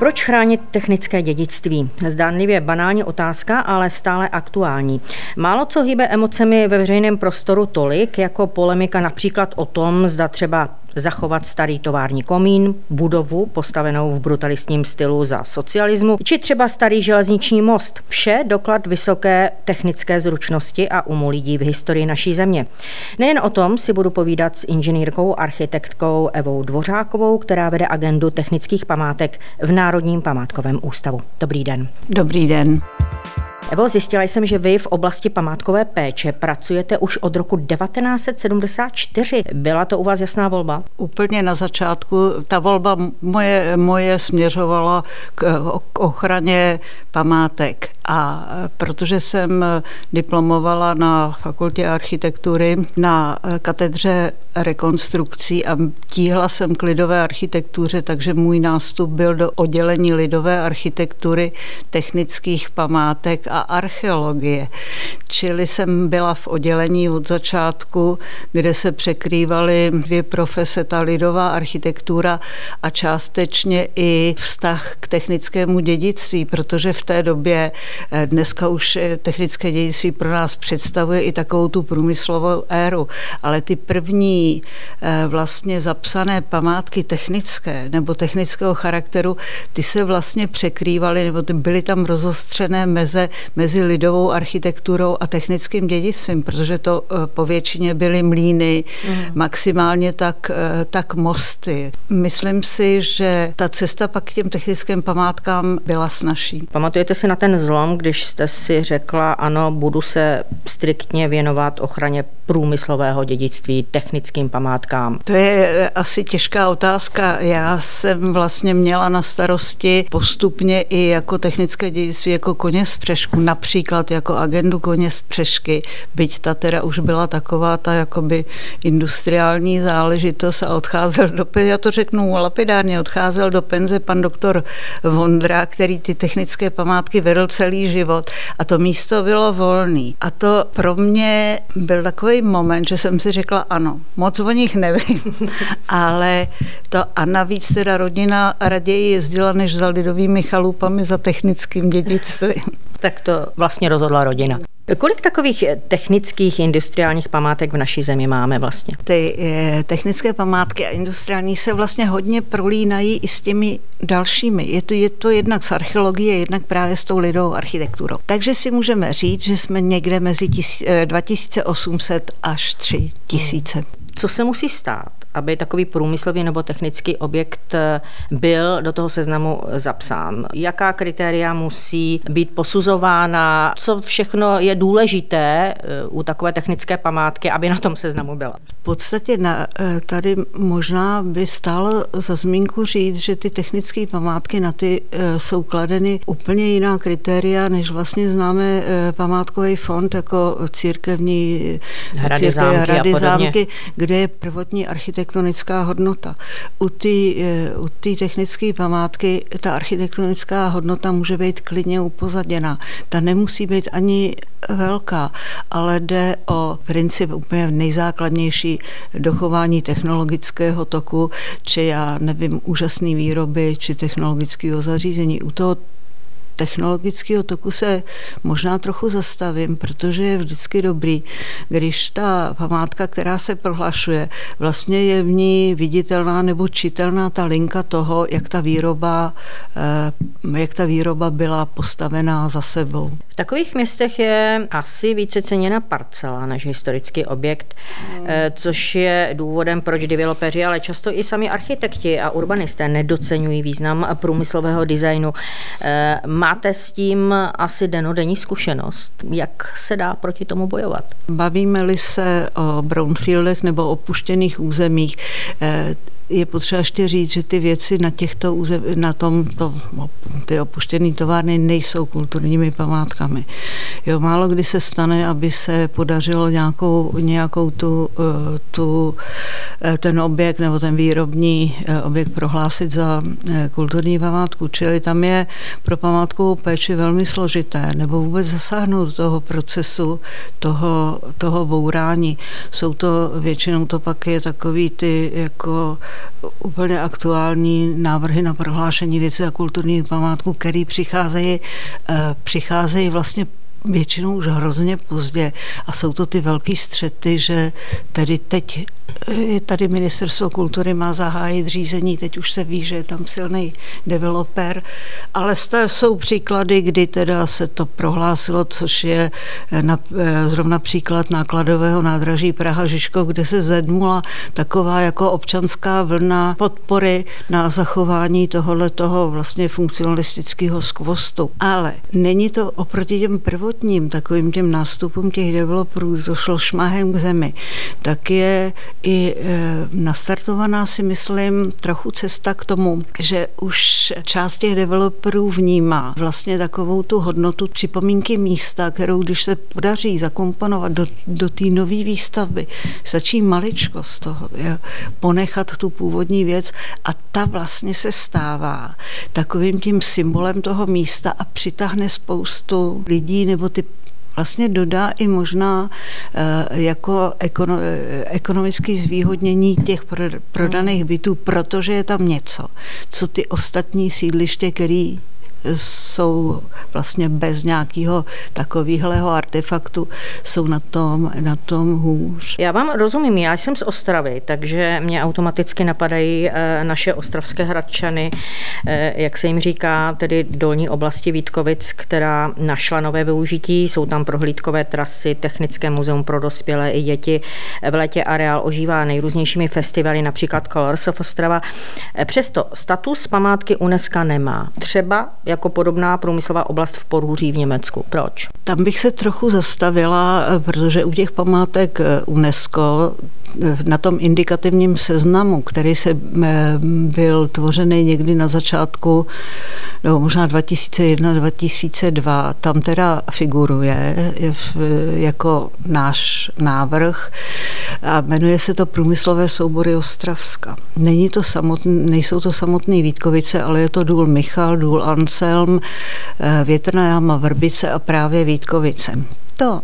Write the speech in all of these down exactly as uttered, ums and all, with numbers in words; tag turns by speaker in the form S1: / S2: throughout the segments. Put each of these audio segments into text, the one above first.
S1: Proč chránit technické dědictví? Zdánlivě banální otázka, ale stále aktuální. Málo co hýbe emocemi ve veřejném prostoru tolik, jako polemika například o tom, zda třeba zachovat starý tovární komín, budovu postavenou v brutalistním stylu za socialismu, či třeba starý železniční most. Vše doklad vysoké technické zručnosti a umu lidí v historii naší země. Nejen o tom si budu povídat s inženýrkou, architektkou Evou Dvořákovou, která vede agendu technických památek v Národním památkovém ústavu. Dobrý den.
S2: Dobrý den.
S1: Evo, zjistila jsem, že vy v oblasti památkové péče pracujete už od roku devatenáct set sedmdesát čtyři. Byla to u vás jasná volba?
S2: Úplně na začátku ta volba moje, moje směřovala k, k ochraně památek. A protože jsem diplomovala na fakultě architektury na katedře rekonstrukcí a tíhla jsem k lidové architektuře, takže můj nástup byl do oddělení lidové architektury, technických památek a archeologie. Čili jsem byla v oddělení od začátku, kde se překrývaly dvě profese, ta lidová architektura a částečně i vztah k technickému dědictví, protože v té době dneska už technické dědictví pro nás představuje i takovou tu průmyslovou éru, ale ty první vlastně zapsané památky technické nebo technického charakteru, ty se vlastně překrývaly, nebo byly tam rozostřené meze mezi lidovou architekturou a technickým dědictvím, protože to po většině byly mlýny, mm. maximálně tak, tak mosty. Myslím si, že ta cesta pak k těm technickým památkám byla snazší.
S1: Pamatujete si na ten zlom, když jste si řekla, ano, budu se striktně věnovat ochraně průmyslového dědictví, technickým památkám?
S2: To je asi těžká otázka. Já jsem vlastně měla na starosti postupně i jako technické dědictví, jako koně z přešku, například jako agendu koně z přešky, byť ta teda už byla taková ta jakoby industriální záležitost a odcházel do penze, já to řeknu lapidárně, odcházel do penze pan doktor Vondra, který ty technické památky vedl celý život a to místo bylo volný. A to pro mě byl takový moment, že jsem si řekla ano, moc o nich nevím, ale to a navíc teda rodina raději jezdila, než za lidovými chalupami za technickým dědictvím.
S1: Tak to vlastně rozhodla rodina. Kolik takových technických industriálních památek v naší zemi máme vlastně?
S2: Ty technické památky a industriální se vlastně hodně prolínají i s těmi dalšími. Je to, je to jednak z archeologie, jednak právě s tou lidovou architekturou. Takže si můžeme říct, že jsme někde mezi tis, dva tisíce osm set až tři tisíce.
S1: Co se musí stát, aby takový průmyslový nebo technický objekt byl do toho seznamu zapsán? Jaká kritéria musí být posuzována? Co všechno je důležité u takové technické památky, aby na tom seznamu byla?
S2: V podstatě na, tady možná by stálo za zmínku říct, že ty technické památky na ty jsou kladeny úplně jiná kritéria, než vlastně známe památkový fond jako církevní
S1: hrady,
S2: církevní,
S1: zámky,
S2: hrady
S1: a
S2: zámky, kde je prvotní architektonická hodnota. U té u té technické památky ta architektonická hodnota může být klidně upozaděná. Ta nemusí být ani velká, ale jde o princip úplně nejzákladnější dochování technologického toku, či já nevím, úžasné výroby, či technologického zařízení. U toho technologického toku se možná trochu zastavím, protože je vždycky dobrý, když ta památka, která se prohlašuje, vlastně je v ní viditelná nebo čitelná ta linka toho, jak ta výroba, jak ta výroba byla postavená za sebou.
S1: V takových městech je asi více ceněna parcela než historický objekt, hmm. což je důvodem, proč developeři, ale často i sami architekti a urbanisté nedoceňují význam průmyslového designu. Máte s tím asi dennodenní zkušenost. Jak se dá proti tomu bojovat?
S2: Bavíme-li se o brownfieldech nebo opuštěných územích, je potřeba ještě říct, že ty věci na těchto území, na tomto, ty opuštěné továrny nejsou kulturními památkami. Jo, málo kdy se stane, aby se podařilo nějakou, nějakou tu, tu, ten objekt nebo ten výrobní objekt prohlásit za kulturní památku. Čili tam je pro památkovou péči velmi složité, nebo vůbec zasáhnout do toho procesu, toho, toho bourání. Jsou to, většinou to pak je takový ty jako úplně aktuální návrhy na prohlášení věci a kulturních památků, které přicházejí, přicházejí vlastně většinou už hrozně pozdě a jsou to ty velký střety, že tedy teď tady Ministerstvo kultury má zahájit řízení, teď už se ví, že je tam silný developer, ale jsou příklady, kdy teda se to prohlásilo, což je na, zrovna příklad nákladového nádraží Praha-Žižkov, kde se zedmula taková jako občanská vlna podpory na zachování tohohletoho vlastně funkcionalistického skvostu. Ale není to oproti těm prvotním takovým těm nástupům těch developerů, to šlo šmahem k zemi, tak je i nastartovaná, si myslím, trochu cesta k tomu, že už část těch developerů vnímá vlastně takovou tu hodnotu připomínky místa, kterou když se podaří zakomponovat do, do té nové výstavby, stačí maličko z toho, je, ponechat tu původní věc a ta vlastně se stává takovým tím symbolem toho místa a přitáhne spoustu lidí nebo ty vlastně dodá i možná jako ekono, ekonomické zvýhodnění těch prodaných bytů, protože je tam něco, co ty ostatní sídliště, který jsou vlastně bez nějakého takového artefaktu, jsou na tom, na tom hůř.
S1: Já vám rozumím, já jsem z Ostravy, takže mě automaticky napadají naše ostravské Hradčany, jak se jim říká, tedy dolní oblasti Vítkovic, která našla nové využití, jsou tam prohlídkové trasy, technické muzeum pro dospělé i děti, v létě areál ožívá nejrůznějšími festivaly, například Colors of Ostrava. Přesto status památky UNESCO nemá. Třeba jako podobná průmyslová oblast v Porúří v Německu. Proč?
S2: Tam bych se trochu zastavila, protože u těch památek UNESCO na tom indikativním seznamu, který se byl tvořený někdy na začátku, nebo možná dva tisíce jedna dva tisíce dva, tam teda figuruje jako náš návrh a jmenuje se to Průmyslové soubory Ostravska. Není to samotný, nejsou to samotné Vítkovice, ale je to důl Michal, důl Anselm, Větrná jáma Vrbice a právě Vítkovice. To,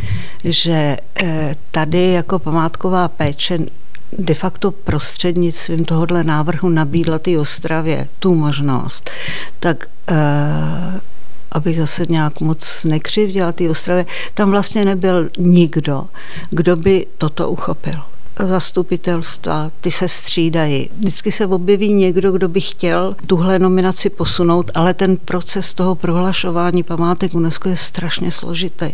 S2: že tady jako památková péče de facto prostřednictvím tohohle návrhu nabídla té Ostravě tu možnost, tak abych zase nějak moc nekřivděla té Ostravě, tam vlastně nebyl nikdo, kdo by toto uchopil. Zastupitelstva, ty se střídají. Vždycky se objeví někdo, kdo by chtěl tuhle nominaci posunout, ale ten proces toho prohlašování památek UNESCO je strašně složitý.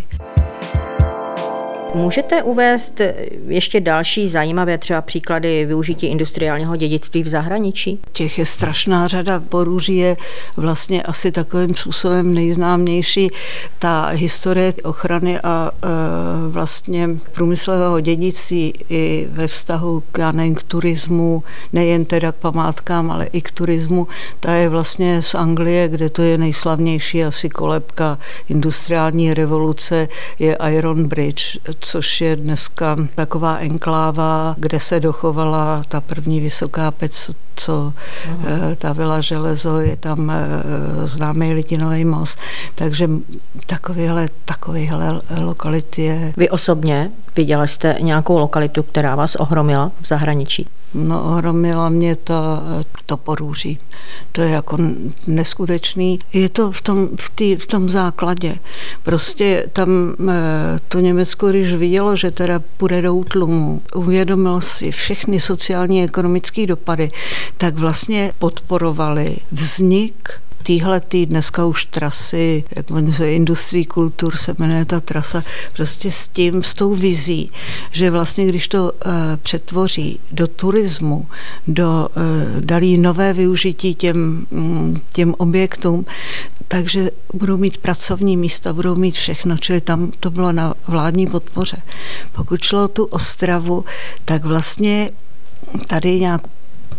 S1: Můžete uvést ještě další zajímavé třeba příklady využití industriálního dědictví v zahraničí?
S2: Těch je strašná řada. Porúří je vlastně asi takovým způsobem nejznámější. Ta historie ochrany a e, vlastně průmyslového dědictví i ve vztahu k, já nevím, k turismu, nejen teda k památkám, ale i k turismu, ta je vlastně z Anglie, kde to je nejslavnější asi kolébka industriální revoluce, je Iron Bridge, což je dneska taková enkláva, kde se dochovala ta první vysoká pec, co uh-huh. tavila železo, je tam známý litinový most. Takže takovýhle, takovýhle lokalit je.
S1: Vy osobně viděla jste nějakou lokalitu, která vás ohromila v zahraničí?
S2: No, ohromila mě to, to Porúří. To je jako neskutečný. Je to v tom, v tý, v tom základě. Prostě tam to Německo, když vidělo, že teda půjde do útlumu, uvědomilo si všechny sociální a ekonomické dopady, tak vlastně podporovali vznik týhletý dneska už trasy, jak se Industrii kultur se jmenuje ta trasa, prostě s tím, s tou vizí, že vlastně když to uh, přetvoří do turismu, do uh, dalí nové využití těm, um, těm objektům, takže budou mít pracovní místa, budou mít všechno, čili tam to bylo na vládní podpoře. Pokud šlo o tu Ostravu, tak vlastně tady nějak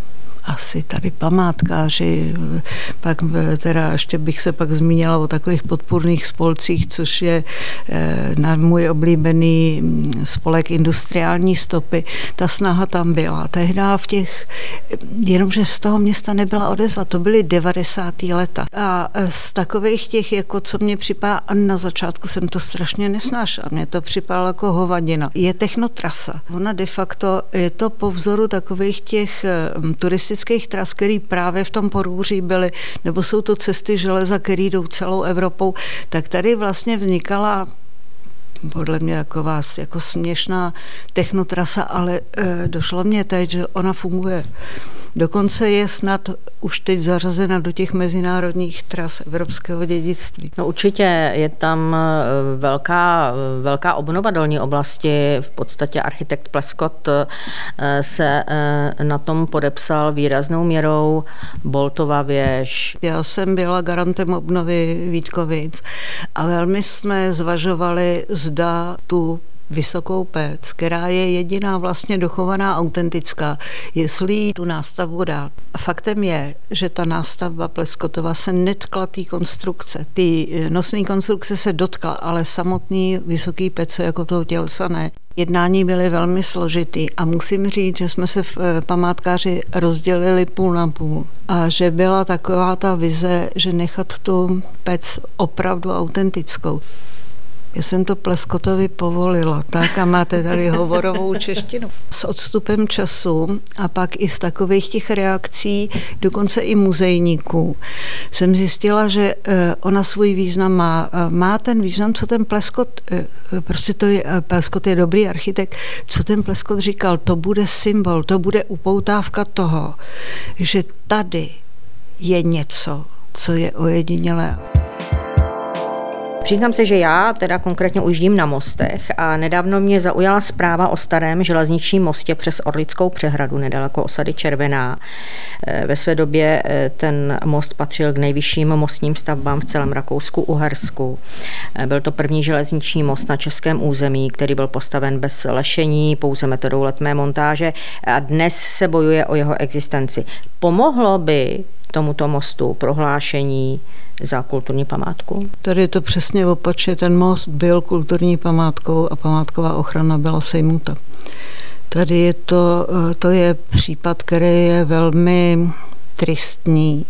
S2: asi tady památkáři, pak teda ještě bych se pak zmínila o takových podpůrných spolcích, což je na můj oblíbený spolek Industriální stopy. Ta snaha tam byla. Tehdy v těch, jenomže z toho města nebyla odezva, to byly devadesátá léta. A z takových těch, jako co mě připadá, na začátku jsem to strašně nesnášela, mě to připadalo jako hovadina. Je technotrasa. Ona de facto je to po vzoru takových těch turistických tras, které právě v tom Porúří byly, nebo jsou to cesty železa, které jdou celou Evropou, tak tady vlastně vznikala podle mě taková jako směšná technotrasa, ale e, došlo mě teď, že ona funguje. Dokonce je snad už teď zařazena do těch mezinárodních tras evropského dědictví.
S1: No určitě je tam velká, velká obnova dolní oblasti. V podstatě architekt Pleskot se na tom podepsal výraznou měrou. Boltova věž.
S2: Já jsem byla garantem obnovy Vítkovic a velmi jsme zvažovali, zda tu Vysokou Pec, která je jediná vlastně dochovaná, autentická, jestli jí tu nástavbu dát. A faktem je, že ta nástavba Pleskotova se netkla té konstrukce. Ty nosné konstrukce se dotkla, ale samotný Vysoký Pece jako toho tělesa ne. Jednání byly velmi složitý a musím říct, že jsme se v památkáři rozdělili půl na půl a že byla taková ta vize, že nechat tu pec opravdu autentickou. Já jsem to Pleskotovi povolila, tak a máte tady hovorovou češtinu. S odstupem času a pak i z takových těch reakcí, dokonce i muzejníků, jsem zjistila, že ona svůj význam má. Má ten význam, co ten Pleskot, prostě to je, Pleskot je dobrý architekt, co ten Pleskot říkal, to bude symbol, to bude upoutávka toho, že tady je něco, co je ojedinělé.
S1: Přiznám se, že já teda konkrétně ujíždím na mostech a nedávno mě zaujala zpráva o starém železničním mostě přes Orlickou přehradu nedaleko osady Červená. Ve své době ten most patřil k nejvyšším mostním stavbám v celém Rakousku-Uhersku. Byl to první železniční most na českém území, který byl postaven bez lešení, pouze metodou letmé montáže a dnes se bojuje o jeho existenci. Pomohlo by tomuto mostu prohlášení za kulturní památku?
S2: Tady je to přesně opačně. Ten most byl kulturní památkou a památková ochrana byla sejmuta. Tady je to, to je případ, který je velmi tristní.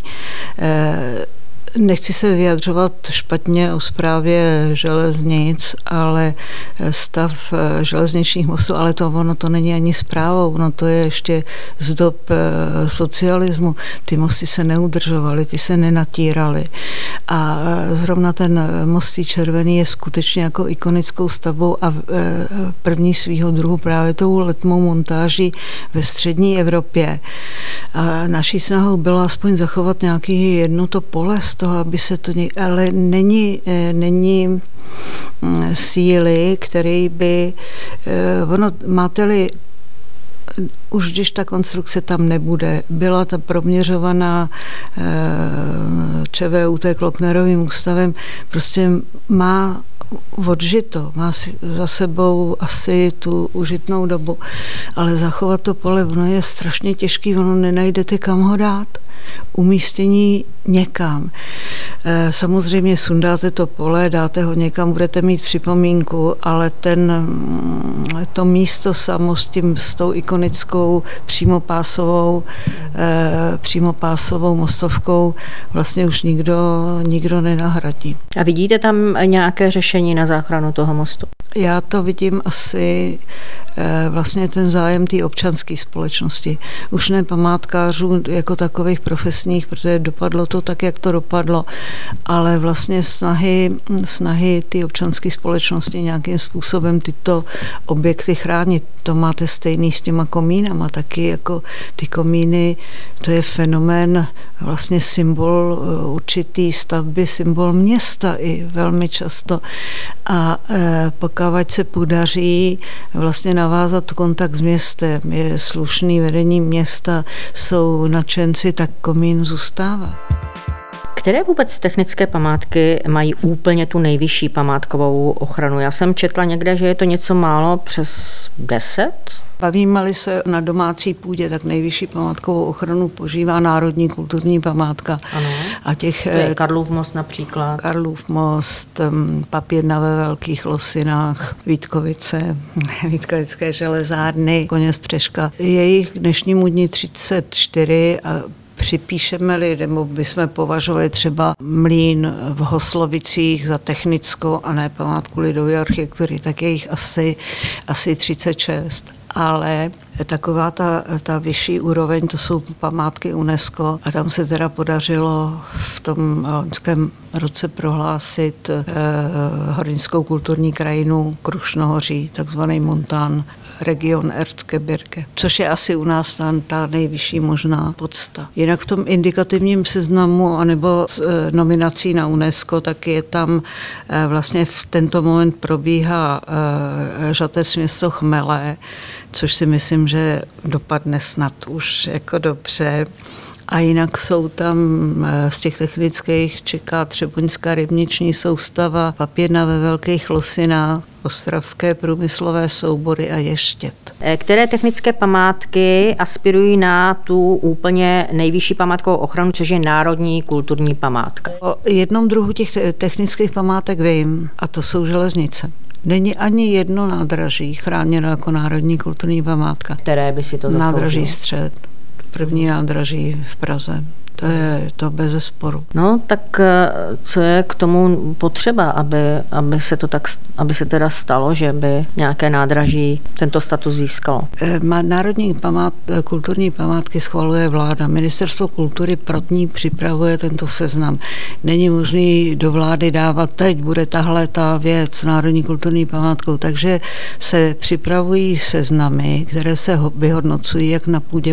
S2: Nechci se vyjadřovat špatně o správě železnic, ale stav železničních mostů, ale to ono to není ani správou, ono to je ještě z dob socialismu. Ty mosty se neudržovaly, ty se nenatíraly. A zrovna ten most Červený je skutečně jako ikonickou stavbou a první svýho druhu právě tou letmou montáží ve střední Evropě. A naší snahou bylo aspoň zachovat nějaký jedno to pole z toho, aby se to... Něk... Ale není, není síly, který by... Ono, máte-li už když ta konstrukce tam nebude, byla ta proměřovaná ČVUT Klocknerovým ústavem, prostě má odžito, má za sebou asi tu užitnou dobu, ale zachovat to pole, ono je strašně těžký, ono nenajdete kam ho dát. Umístění někam. Samozřejmě sundáte to pole, dáte ho někam, budete mít připomínku, ale ten, to místo samo s, tím, s tou ikonickou přímopásovou, přímopásovou mostovkou vlastně už nikdo, nikdo nenahradí.
S1: A vidíte tam nějaké řešení na záchranu toho mostu?
S2: Já to vidím asi vlastně ten zájem té občanské společnosti. Už ne památkářů jako takových profesních, protože dopadlo to tak, jak to dopadlo, ale vlastně snahy, snahy té občanské společnosti nějakým způsobem tyto objekty chránit. To máte stejný s těma komínama, taky jako ty komíny, to je fenomén, vlastně symbol určitý stavby, symbol města i velmi často. A pokud se podaří vlastně navázat kontakt s městem, je slušný vedení města, jsou nadšenci, tak komín zůstává.
S1: Které vůbec technické památky mají úplně tu nejvyšší památkovou ochranu? Já jsem četla někde, že je to něco málo přes deset.
S2: Bavíme-li se na domácí půdě, tak nejvyšší památkovou ochranu požívá Národní kulturní památka.
S1: Ano.
S2: A těch,
S1: to je Karlův most například.
S2: Karlův most, Papírna ve Velkých Losinách, Vítkovice, Vítkovické železárny, Koně z Přeška. Je jich k dnešnímu dni třicet čtyři a připíšeme-li, nebo bychom považovali třeba mlýn v Hoslovicích za technickou a ne památku lidové architektury, tak je jich asi, asi třicet šest. Ale taková ta, ta vyšší úroveň, to jsou památky UNESCO a tam se teda podařilo v tom loňském roce prohlásit eh, horinskou kulturní krajinu Krušnohoří, takzvaný Montán, region Erzgebirge, což je asi u nás ta, ta nejvyšší možná podsta. Jinak v tom indikativním seznamu anebo eh, nominací na UNESCO, tak je tam eh, vlastně v tento moment probíhá eh, Žatecké město Chmelé, což si myslím, že dopadne snad už jako dobře. A jinak jsou tam z těch technických čeká Třeboňská rybniční soustava, Papírna ve Velkých Losinách, ostravské průmyslové soubory a Ještěd.
S1: Které technické památky aspirují na tu úplně nejvyšší památkovou ochranu, což je Národní kulturní památka?
S2: O jednom druhu těch technických památek vím, a to jsou železnice. Není ani jedno nádraží chráněno jako Národní kulturní památka.
S1: Které by si to zasloužilo?
S2: Nádraží Střed, první nádraží v Praze. To je to bezesporu.
S1: No, tak co je k tomu potřeba, aby, aby se to tak, aby se teda stalo, že by nějaké nádraží tento status získalo?
S2: Národní památ, kulturní památky schvaluje vláda. Ministerstvo kultury pro ní připravuje tento seznam. Není možný do vlády dávat, teď bude tahle ta věc Národní kulturní památkou, takže se připravují seznamy, které se vyhodnocují jak na půdě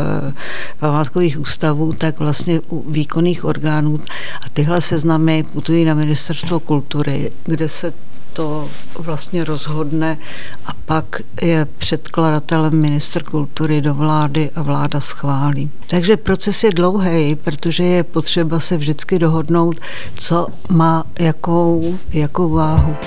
S2: památkových ústavů, tak vlastně vlastně u výkonných orgánů a tyhle seznamy putují na Ministerstvo kultury, kde se to vlastně rozhodne a pak je předkladatelem ministr kultury do vlády a vláda schválí. Takže proces je dlouhý, protože je potřeba se vždycky dohodnout, co má jakou, jakou váhu.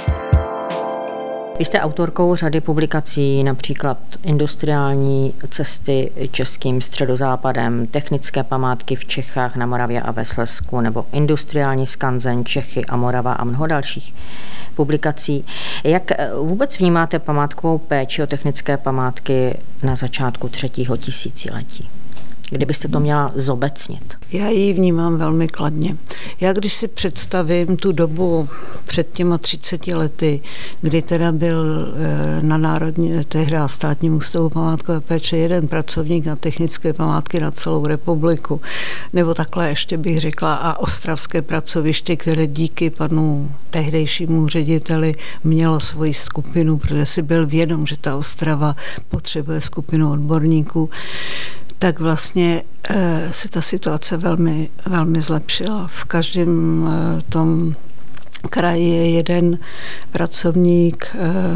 S1: Vy jste autorkou řady publikací, například Industriální cesty českým středozápadem, Technické památky v Čechách, na Moravě a ve Slezsku, nebo Industriální skanzen Čechy a Morava a mnoho dalších publikací. Jak vůbec vnímáte památkovou péči o technické památky na začátku třetího tisíciletí? Kdybyste to měla zobecnit?
S2: Já ji vnímám velmi kladně. Já když si představím tu dobu před těma třiceti lety, kdy teda byl na Národní, tehdy Státním ústavu památkové péče jeden pracovník na technické památky na celou republiku, nebo takhle ještě bych řekla, a ostravské pracoviště, které díky panu tehdejšímu řediteli mělo svoji skupinu, protože si byl vědom, že ta Ostrava potřebuje skupinu odborníků, tak vlastně se ta situace velmi, velmi zlepšila. V každém tom kraji je jeden pracovník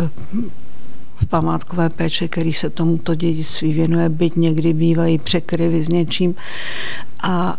S2: v památkové péči, který se tomuto dědictví věnuje, byť někdy bývají překryvy s něčím. A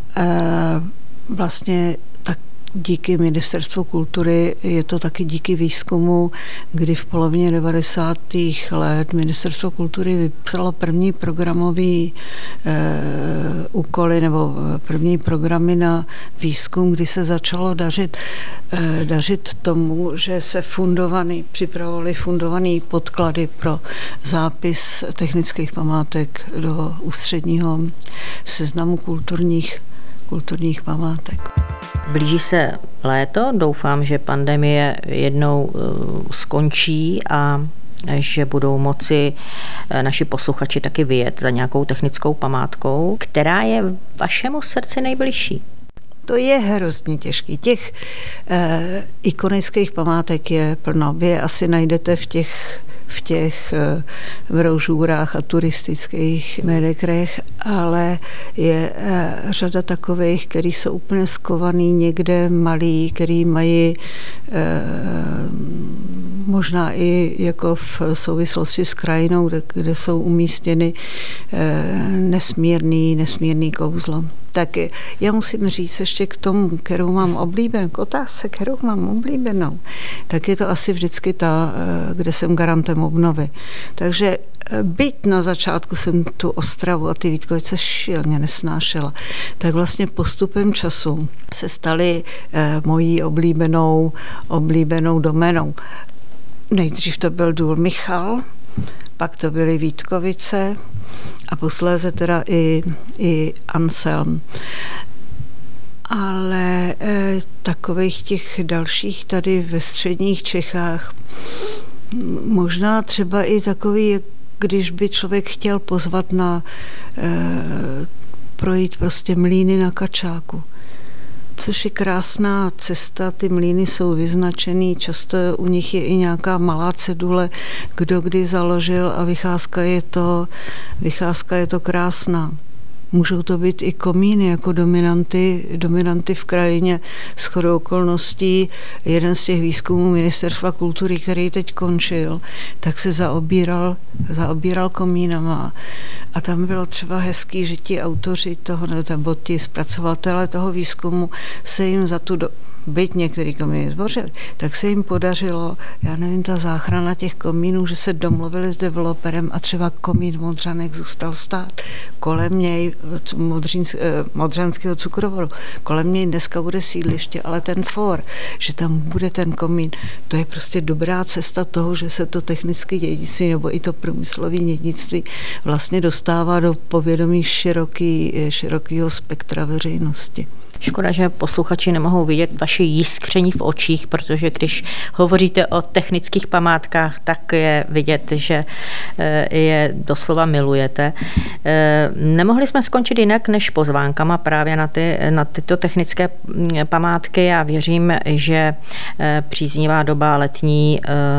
S2: vlastně tak díky Ministerstvu kultury, je to taky díky výzkumu, kdy v polovině devadesátých let Ministerstvo kultury vypsalo první programový e, úkoly nebo první programy na výzkum, kdy se začalo dařit, e, dařit tomu, že se fundovaný, připravovaly fundované podklady pro zápis technických památek do ústředního seznamu kulturních, kulturních památek.
S1: Blíží se léto, doufám, že pandemie jednou skončí a že budou moci naši posluchači taky vyjet za nějakou technickou památkou, která je vašemu srdci nejbližší.
S2: To je hrozně těžký. Těch eh, ikonických památek je plno. Vy je asi najdete v těch v těch brožurách a turistických médikrech, ale je řada takových, který jsou úplně skovaný někde malý, který mají možná i jako v souvislosti s krajinou, kde, kde jsou umístěny nesmírný, nesmírný kouzlo. Tak já musím říct ještě k tomu, kterou mám oblíbenou, k otázce, kterou mám oblíbenou, tak je to asi vždycky ta, kde jsem garantem obnovy. Takže byť na začátku jsem tu Ostravu a ty Vítkovice šíleně nesnášela, tak vlastně postupem času se staly mojí oblíbenou, oblíbenou doménou. Nejdřív to byl důl Michal, pak to byly Vítkovice a posléze teda i, i Anselm. Ale e, takových těch dalších tady ve středních Čechách, možná třeba i takový, když by člověk chtěl pozvat na e, projít prostě mlýny na Kačáku. Což je krásná cesta, ty mlýny jsou vyznačený, často u nich je i nějaká malá cedule, kdo kdy založil a vycházka je to, vycházka je to krásná. Můžou to být i komíny jako dominanty, dominanty v krajině. Shodou okolností jeden z těch výzkumů Ministerstva kultury, který teď končil, tak se zaobíral, zaobíral komínama. A tam bylo třeba hezký, že ti autoři toho, nebo ti zpracovatelé toho výzkumu se jim za tu do, byť některý komíny zbořili, tak se jim podařilo, já nevím, ta záchrana těch komínů, že se domluvili s developerem a třeba komín Modřanek zůstal stát. Kolem něj Modřanského cukrovodu. Kolem něj dneska bude sídliště, ale ten for, že tam bude ten komín, to je prostě dobrá cesta toho, že se to technické dědictví nebo i to průmyslové dědictví vlastně dostává do povědomí široký, širokého spektra veřejnosti.
S1: Škoda, že posluchači nemohou vidět vaše jiskření v očích, protože když hovoříte o technických památkách, tak je vidět, že je doslova milujete. Nemohli jsme skončit jinak než pozvánkama právě na, ty, na tyto technické památky. Já věřím, že příznivá doba letní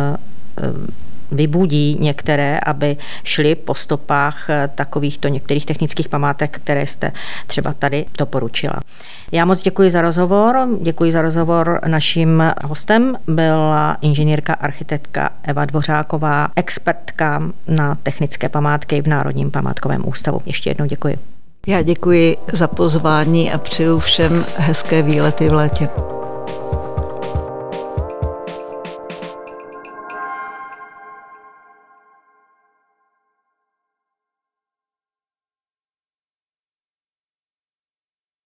S1: vybudí některé, aby šli po stopách takovýchto některých technických památek, které jste třeba tady doporučila. Já moc děkuji za rozhovor. Děkuji za rozhovor. Naším hostem byla inženýrka architektka Eva Dvořáková, expertka na technické památky v Národním památkovém ústavu. Ještě jednou děkuji.
S2: Já děkuji za pozvání a přeju všem hezké výlety v létě.